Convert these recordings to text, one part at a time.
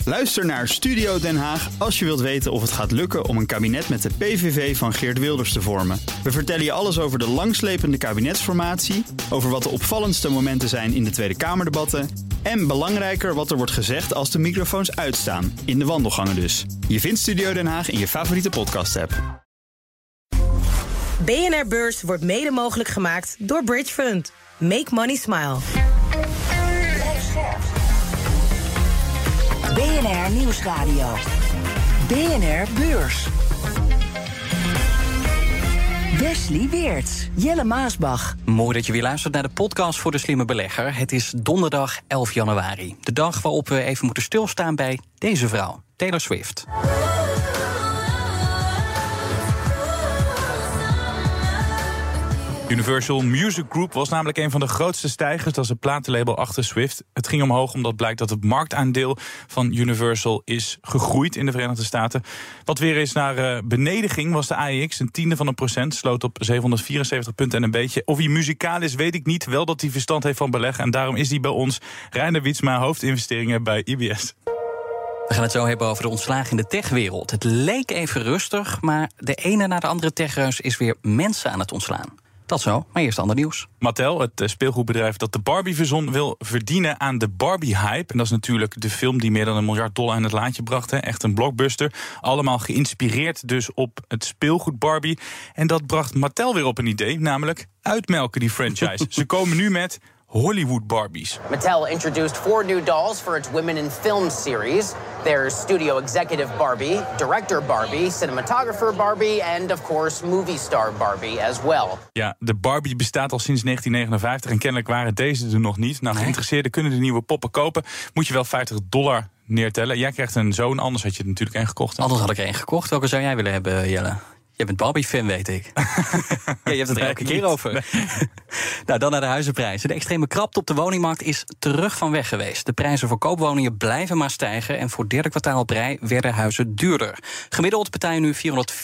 Luister naar Studio Den Haag als je wilt weten of het gaat lukken om een kabinet met de PVV van Geert Wilders te vormen. We vertellen je alles over de langslepende kabinetsformatie, over wat de opvallendste momenten zijn in de Tweede Kamerdebatten en belangrijker wat er wordt gezegd als de microfoons uitstaan, in de wandelgangen dus. Je vindt Studio Den Haag in je favoriete podcast-app. BNR Beurs wordt mede mogelijk gemaakt door Bridge Fund. Make money smile. BNR Nieuwsradio. BNR Beurs. Wesley Weerts, Jelle Maasbach. Mooi dat je weer luistert naar de podcast voor de slimme belegger. Het is donderdag 11 januari. De dag waarop we even moeten stilstaan bij deze vrouw, Taylor Swift. Universal Music Group was namelijk een van de grootste stijgers. Dat is het platenlabel achter Swift. Het ging omhoog omdat blijkt dat het marktaandeel van Universal is gegroeid in de Verenigde Staten. Wat weer eens naar beneden ging was de AEX, 0,1%, sloot op 774 punten en een beetje. Of hij muzikaal is, weet ik niet. Wel dat hij verstand heeft van beleggen. En daarom is hij bij ons. Reiner Wietsma, hoofdinvesteringen bij IBS. We gaan het zo hebben over de ontslagen in de techwereld. Het leek even rustig, maar de ene na de andere techreus is weer mensen aan het ontslaan. Dat zo, maar eerst ander nieuws. Mattel, het speelgoedbedrijf dat de Barbie verzon, wil verdienen aan de Barbie-hype. En dat is natuurlijk de film die meer dan $1 miljard in het laadje bracht. Hè. Echt een blockbuster. Allemaal geïnspireerd dus op het speelgoed Barbie. En dat bracht Mattel weer op een idee, namelijk uitmelken die franchise. Ze komen nu met Hollywood Barbies. Mattel introduced 4 new dolls for its Women in Film series. There's studio executive Barbie, director Barbie, cinematographer Barbie and of course movie star Barbie as well. Ja, de Barbie bestaat al sinds 1959 en kennelijk waren deze er nog niet. Nou, geïnteresseerden kunnen de nieuwe poppen kopen. Moet je wel $50 neertellen. Jij krijgt een zoon, anders had je er natuurlijk één gekocht. Hè? Anders had ik er één gekocht. Welke zou jij willen hebben, Jelle? Je bent Barbie-fan, weet ik. Ja, je hebt het er elke keer over. Nee. Nou, dan naar de huizenprijzen. De extreme krapte op de woningmarkt is terug van weg geweest. De prijzen voor koopwoningen blijven maar stijgen. En voor het derde kwartaal op rij werden huizen duurder. Gemiddeld betalen nu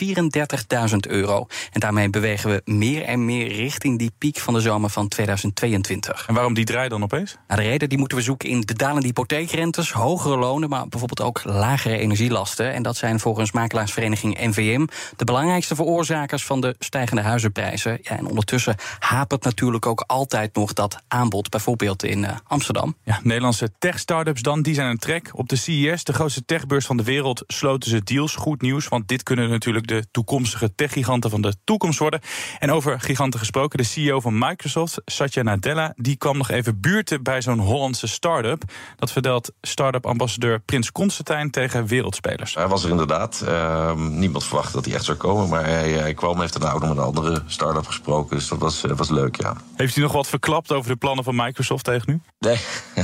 €434.000. En daarmee bewegen we meer en meer richting die piek van de zomer van 2022. En waarom die draai dan opeens? Nou, de reden die moeten we zoeken in de dalende hypotheekrentes, hogere lonen, maar bijvoorbeeld ook lagere energielasten. En dat zijn volgens makelaarsvereniging NVM de belangrijkste veroorzakers van de stijgende huizenprijzen. Ja, en ondertussen hapert natuurlijk ook altijd nog dat aanbod, bijvoorbeeld in Amsterdam. Ja, Nederlandse tech-startups dan, die zijn een trek. Op de CES, de grootste techbeurs van de wereld, sloten ze deals. Goed nieuws, want dit kunnen natuurlijk de toekomstige techgiganten van de toekomst worden. En over giganten gesproken, de CEO van Microsoft, Satya Nadella, die kwam nog even buurten bij zo'n Hollandse start-up. Dat vertelt start-up-ambassadeur Prins Constantijn tegen Wereldspelers. Hij was er inderdaad. Niemand verwachtte dat hij echt zou komen, maar hij kwam, heeft daarna ook nog met een andere start-up gesproken. Dus dat was leuk, ja. Heeft u nog wat verklapt over de plannen van Microsoft tegen u? Nee,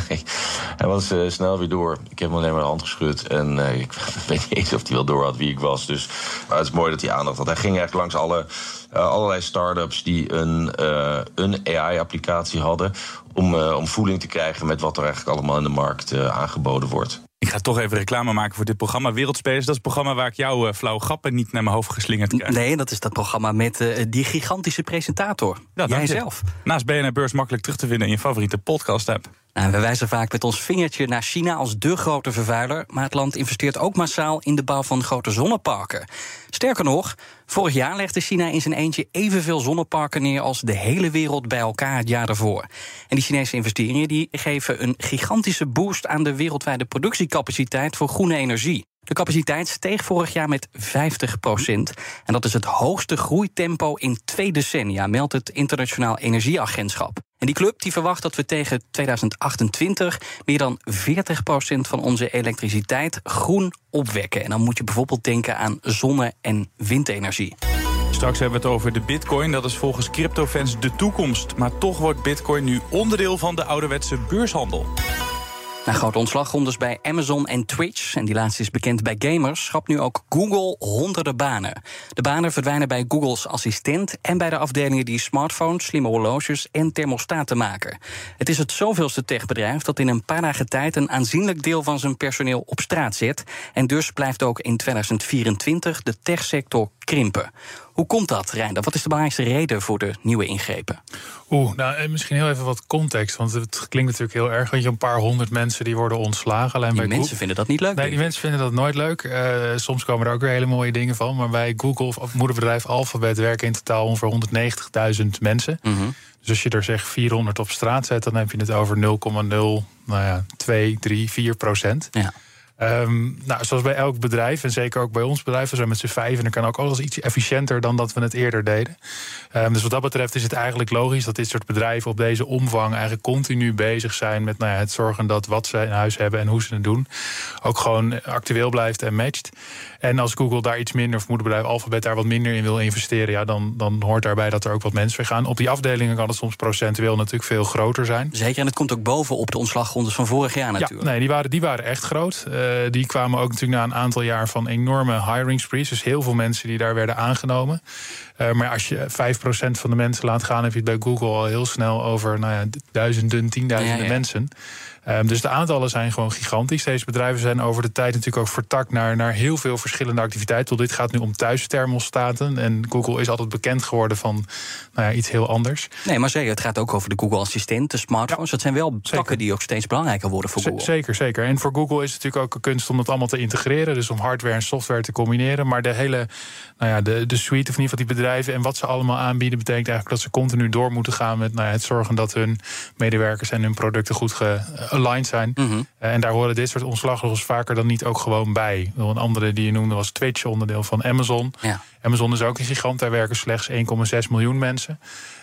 hij was snel weer door. Ik heb hem alleen maar de hand geschud. En ik weet niet eens of hij wel door had wie ik was. Dus maar het is mooi dat hij aandacht had. Hij ging eigenlijk langs allerlei start-ups die een AI-applicatie hadden om voeling te krijgen met wat er eigenlijk allemaal in de markt aangeboden wordt. Ik ga toch even reclame maken voor dit programma. Wereldspelers, dat is het programma waar ik jouw flauwe grappen niet naar mijn hoofd geslingerd krijg. Nee, dat is dat programma met die gigantische presentator. Ja, Jijzelf. Naast BNR Beurs makkelijk terug te vinden in je favoriete podcast-app. Nou, we wijzen vaak met ons vingertje naar China als dé grote vervuiler, maar het land investeert ook massaal in de bouw van grote zonneparken. Sterker nog, vorig jaar legde China in zijn eentje evenveel zonneparken neer als de hele wereld bij elkaar het jaar daarvoor. En die Chinese investeringen die geven een gigantische boost aan de wereldwijde productiecapaciteit voor groene energie. De capaciteit steeg vorig jaar met 50%. En dat is het hoogste groeitempo in 2 decennia, meldt het Internationaal Energieagentschap. En die club die verwacht dat we tegen 2028 meer dan 40% van onze elektriciteit groen opwekken. En dan moet je bijvoorbeeld denken aan zonne- en windenergie. Straks hebben we het over de bitcoin. Dat is volgens cryptofans de toekomst. Maar toch wordt bitcoin nu onderdeel van de ouderwetse beurshandel. Na grote ontslagrondes bij Amazon en Twitch, en die laatste is bekend bij gamers, schrapt nu ook Google honderden banen. De banen verdwijnen bij Googles assistent en bij de afdelingen die smartphones, slimme horloges en thermostaten maken. Het is het zoveelste techbedrijf dat in een paar dagen tijd een aanzienlijk deel van zijn personeel op straat zet. En dus blijft ook in 2024 de techsector krimpen. Hoe komt dat, Reinder? Wat is de belangrijkste reden voor de nieuwe ingrepen? Misschien heel even wat context. Want het klinkt natuurlijk heel erg. Weet je, een paar honderd mensen die worden ontslagen. Alleen die bij mensen vinden dat niet leuk. Nee, die mensen vinden dat nooit leuk. Soms komen er ook weer hele mooie dingen van. Maar bij Google of moederbedrijf Alphabet werken in totaal ongeveer 190.000 mensen. Mm-hmm. Dus als je er zeg 400 op straat zet, dan heb je het over 0,02, 3, 4%. Ja. Zoals bij elk bedrijf, en zeker ook bij ons bedrijf, we zijn met z'n 5 en dan kan ook alles iets efficiënter dan dat we het eerder deden. Dus wat dat betreft is het eigenlijk logisch dat dit soort bedrijven op deze omvang eigenlijk continu bezig zijn met het zorgen dat wat ze in huis hebben en hoe ze het doen ook gewoon actueel blijft en matcht. En als Google daar iets minder, of moederbedrijf Alphabet daar wat minder in wil investeren, dan hoort daarbij dat er ook wat mensen weggaan. Op die afdelingen kan het soms procentueel natuurlijk veel groter zijn. Zeker, en het komt ook bovenop de ontslagrondes van vorig jaar natuurlijk. Ja, nee, die waren echt groot. Die kwamen ook natuurlijk na een aantal jaar van enorme hiring sprees. Dus heel veel mensen die daar werden aangenomen. Maar als je 5% van de mensen laat gaan, heb je het bij Google al heel snel over duizenden, tienduizenden mensen. Dus de aantallen zijn gewoon gigantisch. Deze bedrijven zijn over de tijd natuurlijk ook vertakt naar heel veel verschillende activiteiten. Dit gaat nu om thuisthermostaten. En Google is altijd bekend geworden van iets heel anders. Nee, maar zeker, het gaat ook over de Google Assistent, de smartphones. Ja, dat zijn wel takken die ook steeds belangrijker worden voor Google. Zeker. En voor Google is het natuurlijk ook een kunst om dat allemaal te integreren. Dus om hardware en software te combineren. Maar de hele de suite, of in ieder geval die bedrijven en wat ze allemaal aanbieden, betekent eigenlijk dat ze continu door moeten gaan met het zorgen dat hun medewerkers en hun producten goed aligned zijn. Mm-hmm. En daar horen dit soort ontslagregels vaker dan niet ook gewoon bij. Een andere die je noemde was Twitch, onderdeel van Amazon. Ja. Amazon is ook een gigant, daar werken slechts 1,6 miljoen mensen.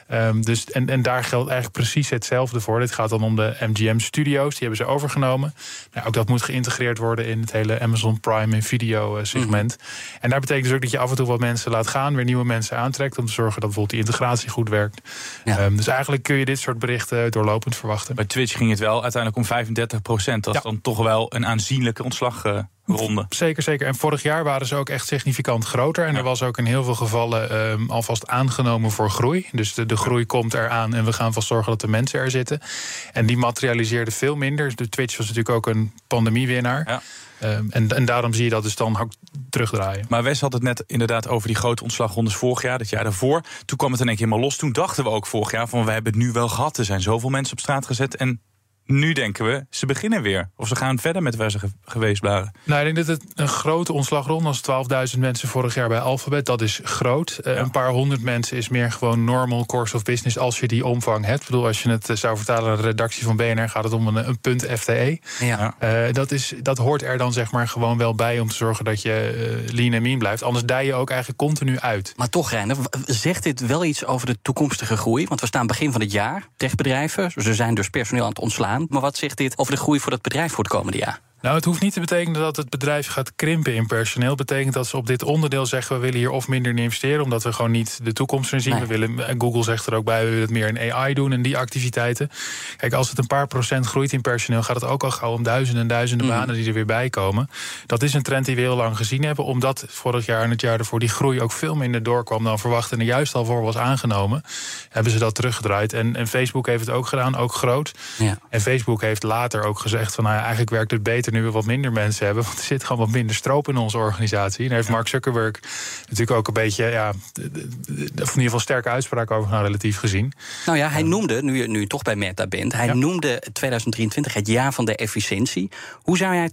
En daar geldt eigenlijk precies hetzelfde voor. Dit gaat dan om de MGM Studios, die hebben ze overgenomen. Ook dat moet geïntegreerd worden in het hele Amazon Prime en video segment. Mm-hmm. En daar betekent dus ook dat je af en toe wat mensen laat gaan, weer nieuwe mensen aantrekt, om te zorgen dat bijvoorbeeld die integratie goed werkt. Ja. Dus eigenlijk kun je dit soort berichten doorlopend verwachten. Bij Twitch ging het wel uiteindelijk om 35%. Dat is dan toch wel een aanzienlijke ontslagronde. Zeker. En vorig jaar waren ze ook echt significant groter. En er was ook in heel veel gevallen alvast aangenomen voor groei. Dus de groei komt eraan en we gaan vast zorgen dat de mensen er zitten. En die materialiseerde veel minder. De Twitch was natuurlijk ook een pandemiewinnaar. Ja. En daarom zie je dat dus dan ook terugdraaien. Maar Wes had het net inderdaad over die grote ontslagrondes vorig jaar, dat jaar daarvoor. Toen kwam het in één keer helemaal los. Toen dachten we ook vorig jaar van we hebben het nu wel gehad. Er zijn zoveel mensen op straat gezet en nu denken we, ze beginnen weer. Of ze gaan verder met waar ze geweest waren. Ik denk dat het een grote ontslagronde als 12.000 mensen vorig jaar bij Alphabet. Dat is groot. Een paar honderd mensen is meer gewoon normal course of business als je die omvang hebt. Ik bedoel, als je het zou vertalen naar de redactie van BNR, gaat het om een punt FTE. Ja. Dat hoort er dan zeg maar gewoon wel bij om te zorgen dat je lean en mean blijft. Anders dij je ook eigenlijk continu uit. Maar toch, Reiner, zegt dit wel iets over de toekomstige groei? Want we staan begin van het jaar, techbedrijven. Ze zijn dus personeel aan het ontslaan. Maar wat zegt dit over de groei voor dat bedrijf voor het komende jaar? Het hoeft niet te betekenen dat het bedrijf gaat krimpen in personeel. Het betekent dat ze op dit onderdeel zeggen, we willen hier of minder in investeren, omdat we gewoon niet de toekomst in zien. Nee. We willen, Google zegt er ook bij, we willen het meer in AI doen en die activiteiten. Kijk, als het een paar procent groeit in personeel, gaat het ook al gauw om duizenden en duizenden banen die er weer bij komen. Dat is een trend die we heel lang gezien hebben, omdat vorig jaar en het jaar ervoor die groei ook veel minder doorkwam dan verwacht en er juist al voor was aangenomen. Hebben ze dat teruggedraaid. En Facebook heeft het ook gedaan, ook groot. Ja. En Facebook heeft later ook gezegd van, eigenlijk werkt het beter nu we wat minder mensen hebben, want er zit gewoon wat minder stroop in onze organisatie. En daar heeft Mark Zuckerberg natuurlijk ook een beetje, in ieder geval sterke uitspraak over relatief gezien. Hij noemde, nu je toch bij Meta bent, hij noemde 2023 het jaar van de efficiëntie. Hoe zou jij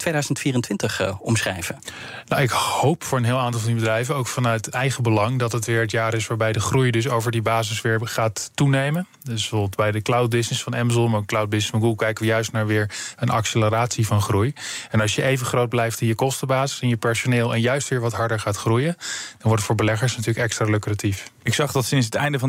2024 omschrijven? Ik hoop voor een heel aantal van die bedrijven, ook vanuit eigen belang, dat het weer het jaar is waarbij de groei dus over die basis weer gaat toenemen. Dus bijvoorbeeld bij de cloud business van Amazon, maar ook cloud business van Google, kijken we juist naar weer een acceleratie van groei. En als je even groot blijft in je kostenbasis, in je personeel en juist weer wat harder gaat groeien, dan wordt het voor beleggers natuurlijk extra lucratief. Ik zag dat sinds het einde van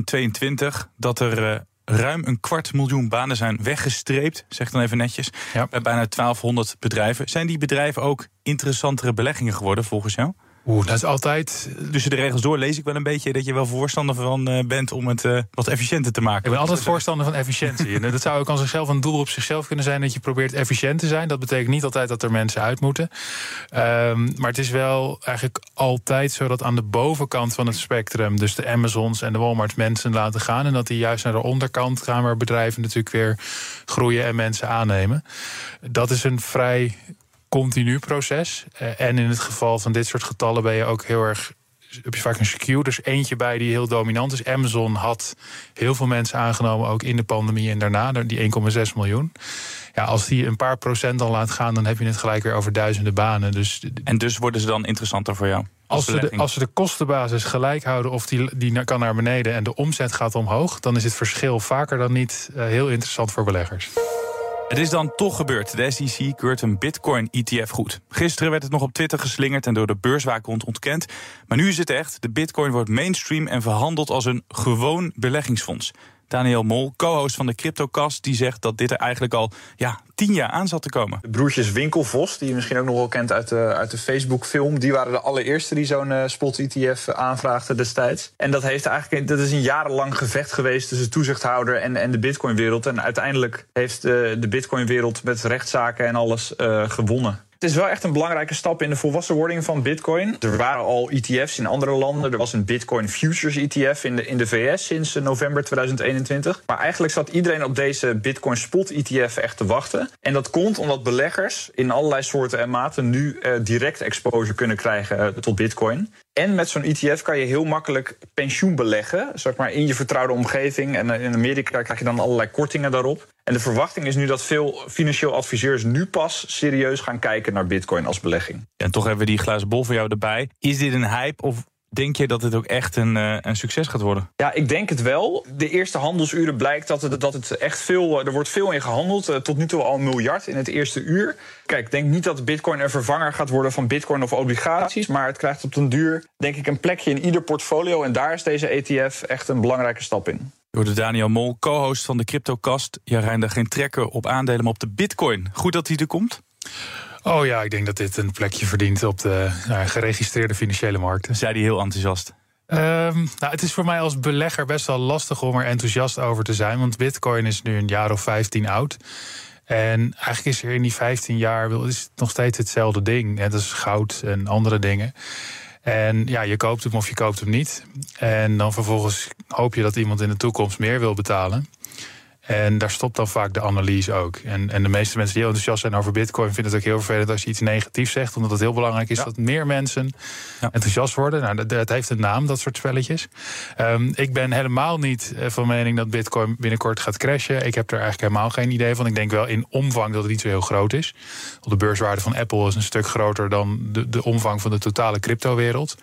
2022 dat er ruim 250.000 banen zijn weggestreept, zeg dan even netjes, bij bijna 1200 bedrijven. Zijn die bedrijven ook interessantere beleggingen geworden volgens jou? Dat is altijd. Tussen de regels door lees ik wel een beetje dat je wel voorstander van bent om het wat efficiënter te maken. Ik ben altijd voorstander van efficiëntie. En dat zou ook aan zichzelf een doel op zichzelf kunnen zijn, dat je probeert efficiënt te zijn. Dat betekent niet altijd dat er mensen uit moeten. Maar het is wel eigenlijk altijd zo dat aan de bovenkant van het spectrum, dus de Amazons en de Walmarts, mensen laten gaan. En dat die juist naar de onderkant gaan, waar bedrijven natuurlijk weer groeien en mensen aannemen. Dat is een vrij continu proces. En in het geval van dit soort getallen ben je ook heel erg heb je vaak een skew. Dus eentje bij die heel dominant is. Amazon had heel veel mensen aangenomen, ook in de pandemie en daarna, die 1,6 miljoen. Ja, als die een paar procent dan laat gaan, dan heb je het gelijk weer over duizenden banen. En dus worden ze dan interessanter voor jou? Als ze de kostenbasis gelijk houden of die kan naar beneden en de omzet gaat omhoog, dan is het verschil vaker dan niet heel interessant voor beleggers. Het is dan toch gebeurd. De SEC keurt een Bitcoin-ETF goed. Gisteren werd het nog op Twitter geslingerd en door de beurswaakhond ontkend. Maar nu is het echt. De Bitcoin wordt mainstream en verhandeld als een gewoon beleggingsfonds. Daniel Mol, co-host van de CryptoCast, die zegt dat dit er eigenlijk al 10 jaar aan zat te komen. De broertjes Winkelvos, die je misschien ook nog wel kent uit de Facebook-film, die waren de allereerste die zo'n spot-ETF aanvraagden destijds. En dat is een jarenlang gevecht geweest tussen toezichthouder en de Bitcoin-wereld. En uiteindelijk heeft de Bitcoin-wereld met rechtszaken en alles gewonnen. Het is wel echt een belangrijke stap in de volwassenwording van Bitcoin. Er waren al ETF's in andere landen. Er was een Bitcoin Futures ETF in de VS sinds november 2021. Maar eigenlijk zat iedereen op deze Bitcoin Spot ETF echt te wachten. En dat komt omdat beleggers in allerlei soorten en maten nu direct exposure kunnen krijgen tot Bitcoin. En met zo'n ETF kan je heel makkelijk pensioen beleggen, zeg maar, in je vertrouwde omgeving. En in Amerika krijg je dan allerlei kortingen daarop. En de verwachting is nu dat veel financieel adviseurs nu pas serieus gaan kijken naar Bitcoin als belegging. En toch hebben we die glazen bol voor jou erbij. Is dit een hype of denk je dat het ook echt een succes gaat worden? Ja, ik denk het wel. De eerste handelsuren blijkt dat het echt veel. Er wordt veel in gehandeld. Tot nu toe al $1 miljard in het eerste uur. Kijk, ik denk niet dat Bitcoin een vervanger gaat worden van Bitcoin of obligaties. Maar het krijgt op den duur, denk ik, een plekje in ieder portfolio. En daar is deze ETF echt een belangrijke stap in. Door de Daniel Mol, co-host van de CryptoCast. Ja, Reinder, geen trekken op aandelen, maar op de Bitcoin. Goed dat hij er komt? Oh ja, ik denk dat dit een plekje verdient op de geregistreerde financiële markten. Zei hij heel enthousiast? Het is voor mij als belegger best wel lastig om er enthousiast over te zijn. Want Bitcoin is nu een jaar of 15 oud. En eigenlijk is er in die 15 jaar is nog steeds hetzelfde ding. Net als goud en andere dingen. En ja, je koopt hem of je koopt hem niet. En dan vervolgens hoop je dat iemand in de toekomst meer wil betalen. En daar stopt dan vaak de analyse ook. En de meeste mensen die heel enthousiast zijn over Bitcoin vinden het ook heel vervelend als je iets negatiefs zegt. Omdat het heel belangrijk is dat meer mensen enthousiast worden. Nou, het heeft een naam, dat soort spelletjes. Ik ben helemaal niet van mening dat Bitcoin binnenkort gaat crashen. Ik heb er eigenlijk helemaal geen idee van. Ik denk wel in omvang dat het niet zo heel groot is. De beurswaarde van Apple is een stuk groter dan de omvang van de totale cryptowereld.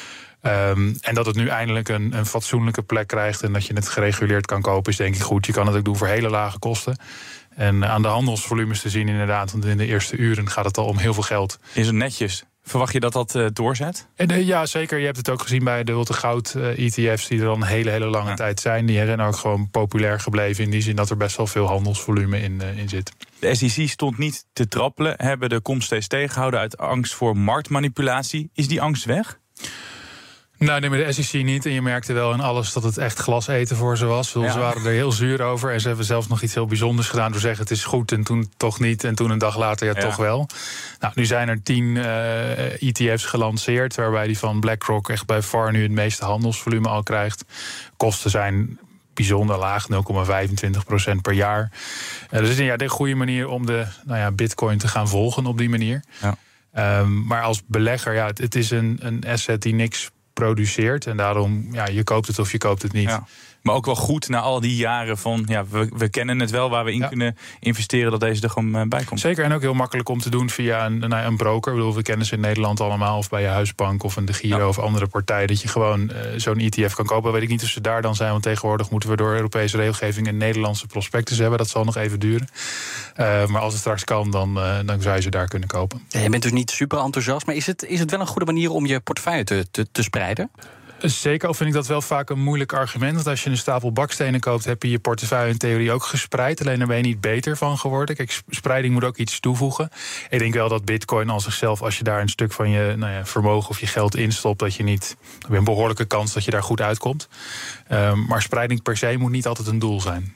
En dat het nu eindelijk een fatsoenlijke plek krijgt en dat je het gereguleerd kan kopen, is denk ik goed. Je kan het ook doen voor hele lage kosten. En aan de handelsvolumes te zien inderdaad, want in de eerste uren gaat het al om heel veel geld. Is het netjes? Verwacht je dat doorzet? Ja, zeker. Je hebt het ook gezien bij de goud-ETF's die er al een hele lange tijd zijn. Die zijn ook gewoon populair gebleven in die zin dat er best wel veel handelsvolume in zit. De SEC stond niet te trappelen, hebben de komst steeds tegengehouden uit angst voor marktmanipulatie. Is die angst weg? Nou, nee, maar de SEC niet. En je merkte wel in alles dat het echt glas eten voor ze was. Ze waren er heel zuur over. En ze hebben zelfs nog iets heel bijzonders gedaan door zeggen het is goed en toen toch niet. En toen een dag later toch wel. Nou, nu zijn er 10 ETF's gelanceerd. Waarbij die van BlackRock echt bij far nu het meeste handelsvolume al krijgt. Kosten zijn bijzonder laag, 0,25% per jaar. Dus het is een goede manier om de Bitcoin te gaan volgen op die manier. Ja. Maar als belegger, het is een asset die niks produceert. En daarom, je koopt het of je koopt het niet. Ja. Maar ook wel goed na al die jaren van, we kennen het wel waar we in kunnen investeren, dat deze er gewoon bij komt. Zeker, en ook heel makkelijk om te doen via een broker. Ik bedoel, we kennen ze in Nederland allemaal, of bij je huisbank of een De Giro of andere partij, dat je gewoon zo'n ETF kan kopen. Weet ik niet of ze daar dan zijn, want tegenwoordig moeten we door Europese regelgeving een Nederlandse prospectus hebben. Dat zal nog even duren. Maar als het straks kan, dan zou je ze daar kunnen kopen. Ja, je bent dus niet super enthousiast, maar is het wel een goede manier om je portefeuille te spreiden? Zeker, al vind ik dat wel vaak een moeilijk argument. Want als je een stapel bakstenen koopt, heb je je portefeuille in theorie ook gespreid. Alleen daar ben je niet beter van geworden. Kijk, spreiding moet ook iets toevoegen. Ik denk wel dat Bitcoin als zichzelf, als je daar een stuk van je vermogen of je geld instopt, dat je niet, dan heb je een behoorlijke kans dat je daar goed uitkomt. Maar spreiding per se moet niet altijd een doel zijn.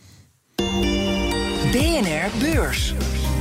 BNR Beurs.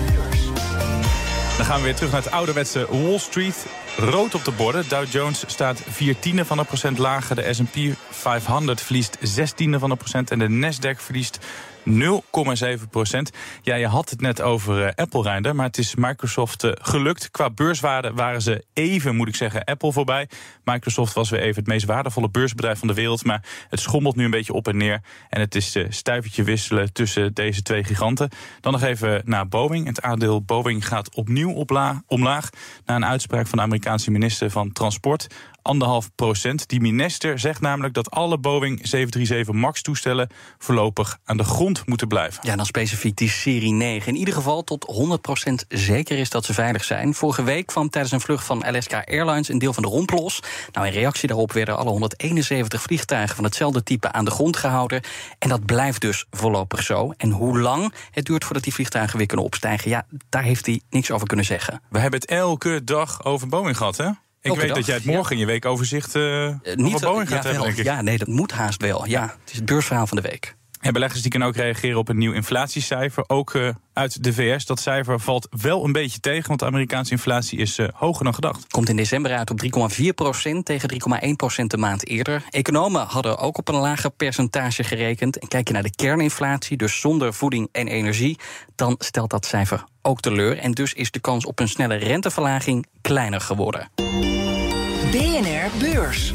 Dan gaan we weer terug naar het ouderwetse Wall Street. Rood op de borden. Dow Jones staat 0,4% lager. De S&P 500 verliest 0,6% en de Nasdaq verliest 0,7%. Ja, je had het net over Apple, Reinder, maar het is Microsoft gelukt. Qua beurswaarde waren ze even, moet ik zeggen, Apple voorbij. Microsoft was weer even het meest waardevolle beursbedrijf van de wereld, maar het schommelt nu een beetje op en neer. En het is stuivertje wisselen tussen deze twee giganten. Dan nog even naar Boeing. Het aandeel Boeing gaat opnieuw omlaag na een uitspraak van de Amerikaanse minister van Transport. 1,5%. Die minister zegt namelijk dat alle Boeing 737 MAX-toestellen voorlopig aan de grond moeten blijven. Ja, dan specifiek die serie 9. In ieder geval tot 100% zeker is dat ze veilig zijn. Vorige week kwam tijdens een vlucht van Alaska Airlines een deel van de romp los. Nou, in reactie daarop werden alle 171 vliegtuigen van hetzelfde type aan de grond gehouden. En dat blijft dus voorlopig zo. En hoe lang het duurt voordat die vliegtuigen weer kunnen opstijgen, ja, daar heeft hij niks over kunnen zeggen. We hebben het elke dag over Boeing gehad, hè? Ik weet dat jij het morgen in je weekoverzicht over Boeing gaat hebben, denk ik. Ja, nee, dat moet haast wel. Ja, het is het beursverhaal van de week. En beleggers die kunnen ook reageren op een nieuw inflatiecijfer, ook uit de VS. Dat cijfer valt wel een beetje tegen, want de Amerikaanse inflatie is hoger dan gedacht. Komt in december uit op 3,4% tegen 3,1% de maand eerder. Economen hadden ook op een lager percentage gerekend. En kijk je naar de kerninflatie, dus zonder voeding en energie, dan stelt dat cijfer ook teleur. En dus is de kans op een snelle renteverlaging kleiner geworden. BNR Beurs.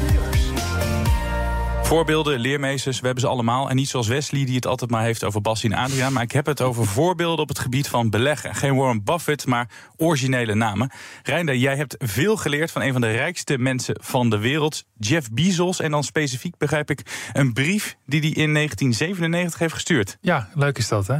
Voorbeelden, leermeesters, we hebben ze allemaal. En niet zoals Wesley, die het altijd maar heeft over Bassie en Adriaan. Maar ik heb het over voorbeelden op het gebied van beleggen. Geen Warren Buffett, maar originele namen. Reinder, jij hebt veel geleerd van een van de rijkste mensen van de wereld, Jeff Bezos. En dan specifiek, begrijp ik, een brief die hij in 1997 heeft gestuurd. Ja, leuk is dat, hè?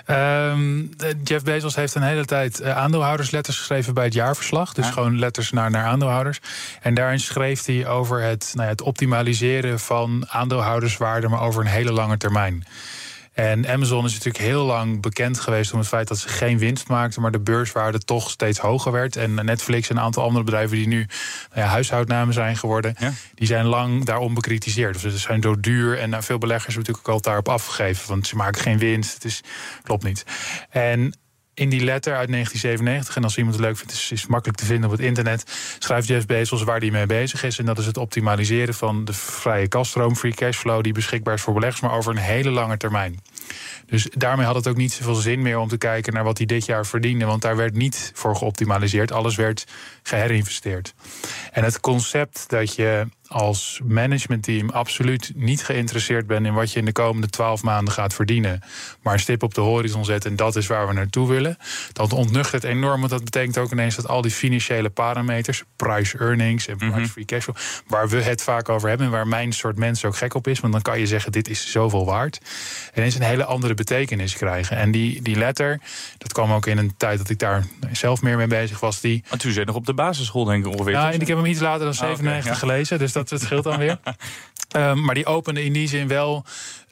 Jeff Bezos heeft een hele tijd aandeelhoudersletters geschreven bij het jaarverslag. Dus gewoon letters naar aandeelhouders. En daarin schreef hij over het optimaliseren van aandeelhouderswaarde, maar over een hele lange termijn. En Amazon is natuurlijk heel lang bekend geweest om het feit dat ze geen winst maakten, maar de beurswaarde toch steeds hoger werd. En Netflix en een aantal andere bedrijven die nu huishoudnamen zijn geworden, die zijn lang daarom bekritiseerd. Dus ze zijn zo duur en veel beleggers hebben natuurlijk ook al daarop afgegeven, want ze maken geen winst. Klopt niet. En in die letter uit 1997, en als iemand het leuk vindt, is het makkelijk te vinden op het internet, schrijft Jeff Bezos waar hij mee bezig is. En dat is het optimaliseren van de vrije kasstroom, free cashflow, die beschikbaar is voor beleggers, maar over een hele lange termijn. Dus daarmee had het ook niet zoveel zin meer om te kijken naar wat hij dit jaar verdiende, want daar werd niet voor geoptimaliseerd. Alles werd geherinvesteerd. En het concept dat je als managementteam absoluut niet geïnteresseerd bent in wat je in de komende 12 maanden gaat verdienen, maar een stip op de horizon zet en dat is waar we naartoe willen, dat ontnuchtert enorm, want dat betekent ook ineens dat al die financiële parameters, price earnings en price free cashflow, waar we het vaak over hebben en waar mijn soort mensen ook gek op is, want dan kan je zeggen dit is zoveel waard, ineens een hele andere betekenis krijgen. En die letter, dat kwam ook in een tijd dat ik daar zelf meer mee bezig was. Maar toen zit nog op de basisschool, denk ik ongeveer. Ja, en ik heb hem iets later dan 97 gelezen, dus dat scheelt dan weer. Maar die opende in die zin wel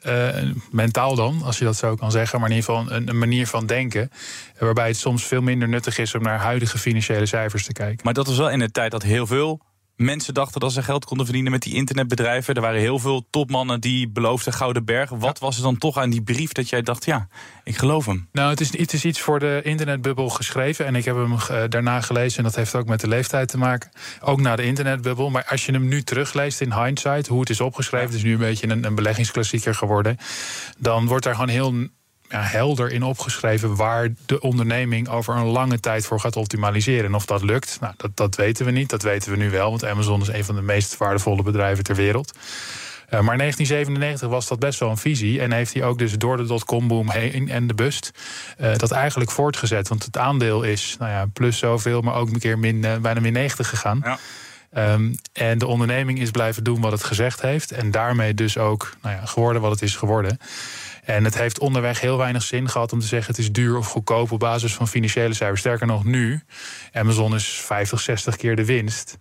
mentaal dan, als je dat zo kan zeggen, maar in ieder geval een manier van denken, waarbij het soms veel minder nuttig is om naar huidige financiële cijfers te kijken. Maar dat was wel in de tijd dat heel veel mensen dachten dat ze geld konden verdienen met die internetbedrijven. Er waren heel veel topmannen die beloofden gouden bergen. Wat was er dan toch aan die brief dat jij dacht, ja, ik geloof hem? Nou, het is iets voor de internetbubbel geschreven. En ik heb hem daarna gelezen. En dat heeft ook met de leeftijd te maken. Ook na de internetbubbel. Maar als je hem nu terugleest in hindsight, hoe het is opgeschreven, het is nu een beetje een beleggingsklassieker geworden, dan wordt daar gewoon heel helder in opgeschreven waar de onderneming over een lange tijd voor gaat optimaliseren. En of dat lukt, nou, dat weten we niet. Dat weten we nu wel, want Amazon is een van de meest waardevolle bedrijven ter wereld. Maar in 1997 was dat best wel een visie. En heeft hij ook dus door de dotcom-boom heen en de bust dat eigenlijk voortgezet. Want het aandeel is plus zoveel, maar ook een keer bijna min 90 gegaan. Ja. En de onderneming is blijven doen wat het gezegd heeft. En daarmee dus ook geworden wat het is geworden. En het heeft onderweg heel weinig zin gehad om te zeggen het is duur of goedkoop op basis van financiële cijfers. Sterker nog nu, Amazon is 50, 60 keer de winst.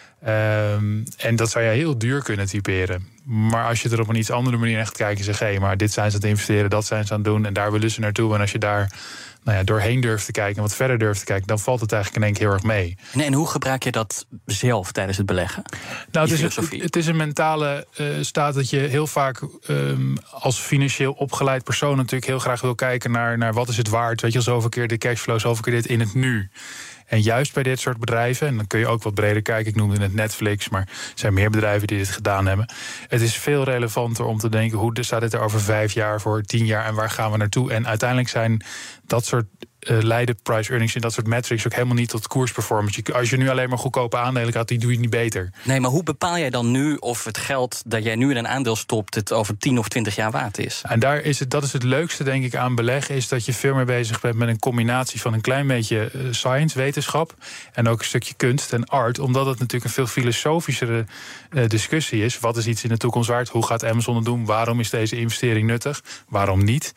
En dat zou je heel duur kunnen typeren. Maar als je er op een iets andere manier echt kijkt en zegt, maar dit zijn ze aan het investeren, dat zijn ze aan het doen en daar willen ze naartoe. En als je daar doorheen durft te kijken en wat verder durft te kijken, dan valt het eigenlijk in één keer heel erg mee. En hoe gebruik je dat zelf tijdens het beleggen? Nou, het is een mentale staat dat je heel vaak als financieel opgeleid persoon natuurlijk heel graag wil kijken naar wat is het waard. Weet je, zoveel keer de cashflow, zoveel keer dit in het nu. En juist bij dit soort bedrijven, en dan kun je ook wat breder kijken, ik noemde net Netflix, maar er zijn meer bedrijven die dit gedaan hebben. Het is veel relevanter om te denken, hoe staat dit er over 5 jaar, voor 10 jaar en waar gaan we naartoe? En uiteindelijk zijn dat soort leiden price earnings en dat soort metrics ook helemaal niet tot koersperformance. Als je nu alleen maar goedkope aandelen gaat, die doe je niet beter. Nee, maar hoe bepaal jij dan nu of het geld dat jij nu in een aandeel stopt het over 10 of 20 jaar waard is? En dat is het leukste, denk ik, aan beleggen, is dat je veel meer bezig bent met een combinatie van een klein beetje science, wetenschap, en ook een stukje kunst en art, omdat het natuurlijk een veel filosofischere discussie is. Wat is iets in de toekomst waard? Hoe gaat Amazon het doen? Waarom is deze investering nuttig? Waarom niet?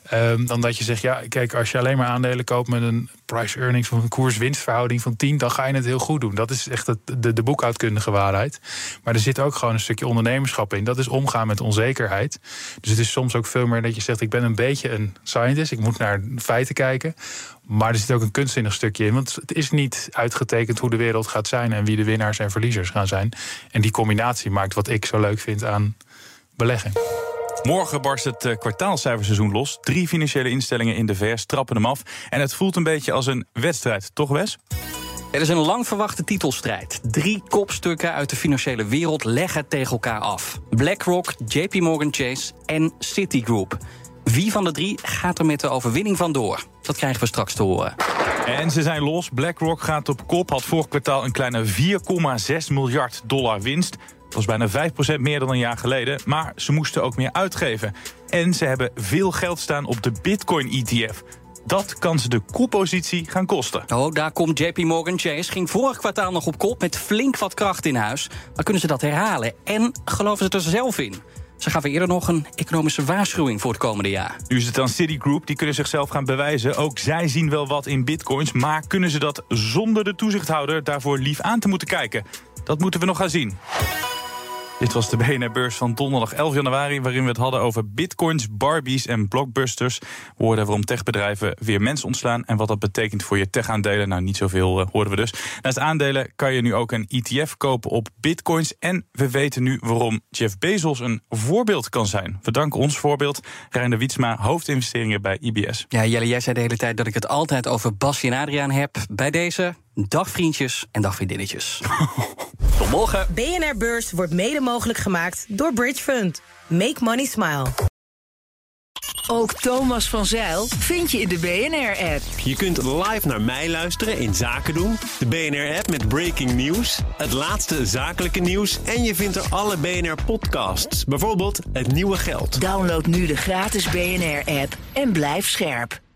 Dan dat je zegt, ja, kijk, als je alleen maar aandelen koopt met een price earnings of een koers-winstverhouding van 10, dan ga je het heel goed doen. Dat is echt de boekhoudkundige waarheid. Maar er zit ook gewoon een stukje ondernemerschap in. Dat is omgaan met onzekerheid. Dus het is soms ook veel meer dat je zegt, ik ben een beetje een scientist, ik moet naar feiten kijken. Maar er zit ook een kunstzinnig stukje in. Want het is niet uitgetekend hoe de wereld gaat zijn en wie de winnaars en verliezers gaan zijn. En die combinatie maakt wat ik zo leuk vind aan beleggen. Morgen barst het kwartaalcijferseizoen los. 3 financiële instellingen in de VS trappen hem af. En het voelt een beetje als een wedstrijd, toch Wes? Er is een lang verwachte titelstrijd. 3 kopstukken uit de financiële wereld leggen het tegen elkaar af. BlackRock, JP Morgan Chase en Citigroup. Wie van de 3 gaat er met de overwinning vandoor? Dat krijgen we straks te horen. En ze zijn los. BlackRock gaat op kop. Had vorig kwartaal een kleine $4,6 miljard winst. Dat was bijna 5% meer dan een jaar geleden. Maar ze moesten ook meer uitgeven. En ze hebben veel geld staan op de Bitcoin-ETF. Dat kan ze de koppositie gaan kosten. Oh, daar komt JP Morgan Chase. Ging vorig kwartaal nog op kop met flink wat kracht in huis. Maar kunnen ze dat herhalen? En geloven ze er zelf in? Ze gaven eerder nog een economische waarschuwing voor het komende jaar. Nu is het dan Citigroup, die kunnen zichzelf gaan bewijzen. Ook zij zien wel wat in bitcoins, maar kunnen ze dat zonder de toezichthouder daarvoor lief aan te moeten kijken? Dat moeten we nog gaan zien. Dit was de BNR-beurs van donderdag 11 januari... waarin we het hadden over bitcoins, Barbies en blockbusters. We hoorden waarom techbedrijven weer mensen ontslaan... en wat dat betekent voor je tech-aandelen. Nou, niet zoveel hoorden we dus. Naast aandelen kan je nu ook een ETF kopen op bitcoins... en we weten nu waarom Jeff Bezos een voorbeeld kan zijn. We danken ons voorbeeld. Reiner Wietsma, hoofdinvesteringen bij IBS. Ja, Jelle, jij zei de hele tijd dat ik het altijd over Bassie en Adriaan heb. Bij deze, dag vriendjes en dag vriendinnetjes. Tot morgen. BNR Beurs wordt mede mogelijk gemaakt door Bridge Fund. Make money smile. Ook Thomas van Zijl vind je in de BNR-app. Je kunt live naar mij luisteren in Zaken doen. De BNR-app met breaking news. Het laatste zakelijke nieuws. En je vindt er alle BNR-podcasts. Bijvoorbeeld Het Nieuwe Geld. Download nu de gratis BNR-app en blijf scherp.